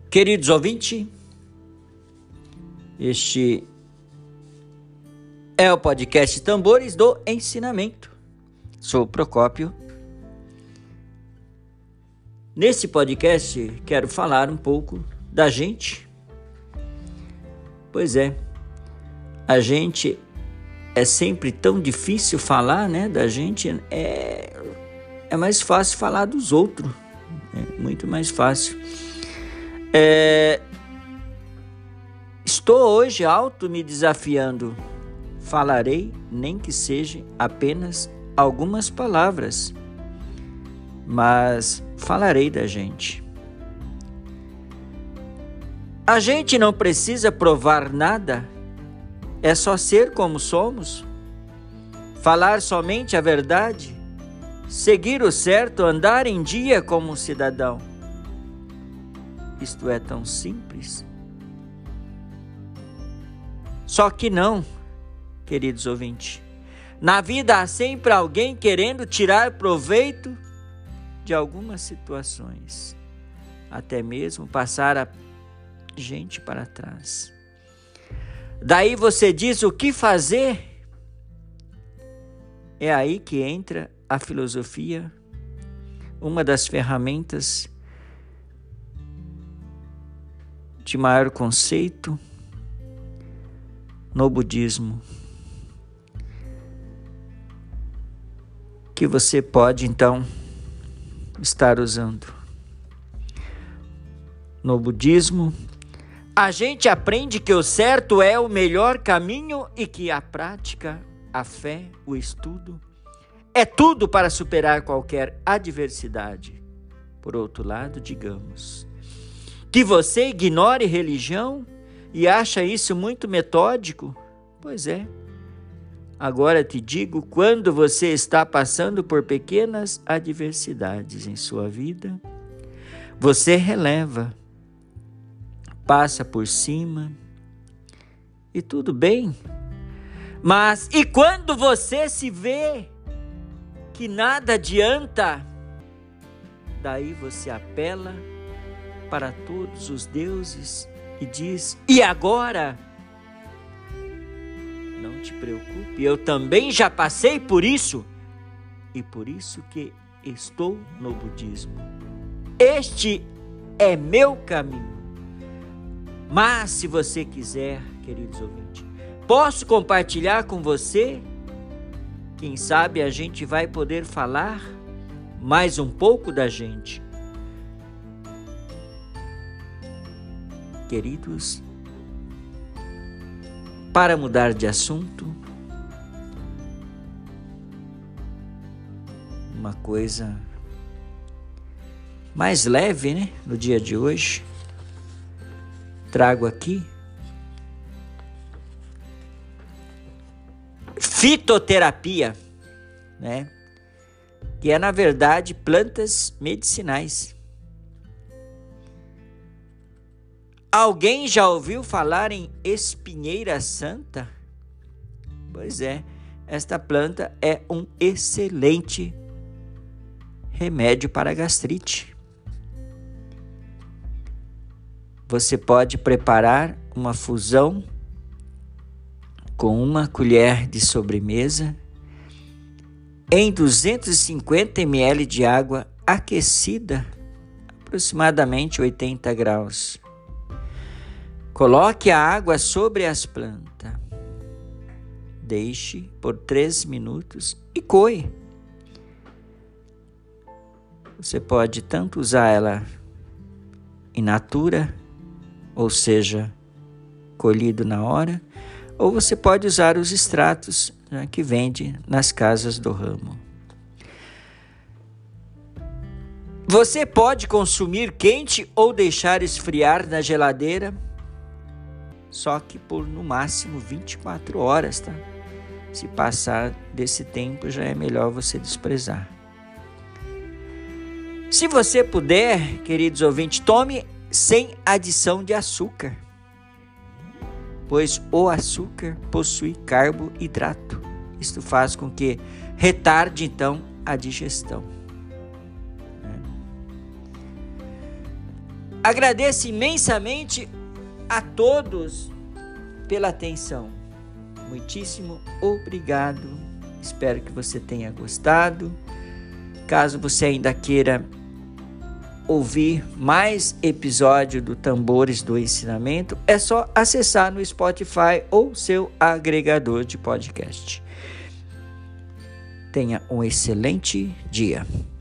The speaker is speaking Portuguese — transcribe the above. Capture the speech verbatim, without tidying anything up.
Queridos ouvintes, este é o podcast Tambores do Ensinamento. Sou Procópio. Nesse podcast quero falar um pouco da gente. Pois é, a gente é sempre tão difícil falar, né? Da gente é, é mais fácil falar dos outros, é muito mais fácil. É, estou hoje auto me desafiando. Falarei, nem que seja apenas algumas palavras, mas falarei da gente. A gente não precisa provar nada, é só ser como somos, falar somente a verdade, seguir o certo, andar em dia como um cidadão. Isto é tão simples. Só que não, queridos ouvintes. Na vida há sempre alguém querendo tirar proveito de algumas situações, até mesmo passar a gente para trás. Daí você diz o que fazer? É aí que entra a filosofia, uma das ferramentas de maior conceito no budismo, que você pode então estar usando. No budismo, a gente aprende que o certo é o melhor caminho e que a prática, a fé, o estudo é tudo para superar qualquer adversidade. Por outro lado, digamos que você ignore religião e acha isso muito metódico? Pois é. Agora te digo, quando você está passando por pequenas adversidades em sua vida, você releva, passa por cima e tudo bem. Mas e quando você se vê que nada adianta, daí você apela para todos os deuses e diz: e agora? Não te preocupe, eu também já passei por isso, e por isso que estou no budismo. Este é meu caminho. Mas se você quiser, queridos ouvintes, posso compartilhar com você? Quem sabe a gente vai poder falar mais um pouco da gente. Queridos, para mudar de assunto, uma coisa mais leve, né? No dia de hoje, trago aqui fitoterapia, né? Que é, na verdade, plantas medicinais. Alguém já ouviu falar em espinheira santa? Pois é, esta planta é um excelente remédio para a gastrite. Você pode preparar uma fusão com uma colher de sobremesa em duzentos e cinquenta mililitros de água aquecida, aproximadamente oitenta graus. Coloque a água sobre as plantas. Deixe por três minutos e coe. Você pode tanto usar ela in natura, ou seja, colhido na hora, ou você pode usar os extratos, né, que vende nas casas do ramo. Você pode consumir quente ou deixar esfriar na geladeira, só que por no máximo vinte e quatro horas, tá? Se passar desse tempo, já é melhor você desprezar. Se você puder, queridos ouvintes, tome sem adição de açúcar, pois o açúcar possui carboidrato. Isto faz com que retarde, então, a digestão. Agradeço imensamente a todos pela atenção. Muitíssimo obrigado. Espero que você tenha gostado. Caso você ainda queira ouvir mais episódio do Tambores do Ensinamento, é só acessar no Spotify ou seu agregador de podcast. Tenha um excelente dia.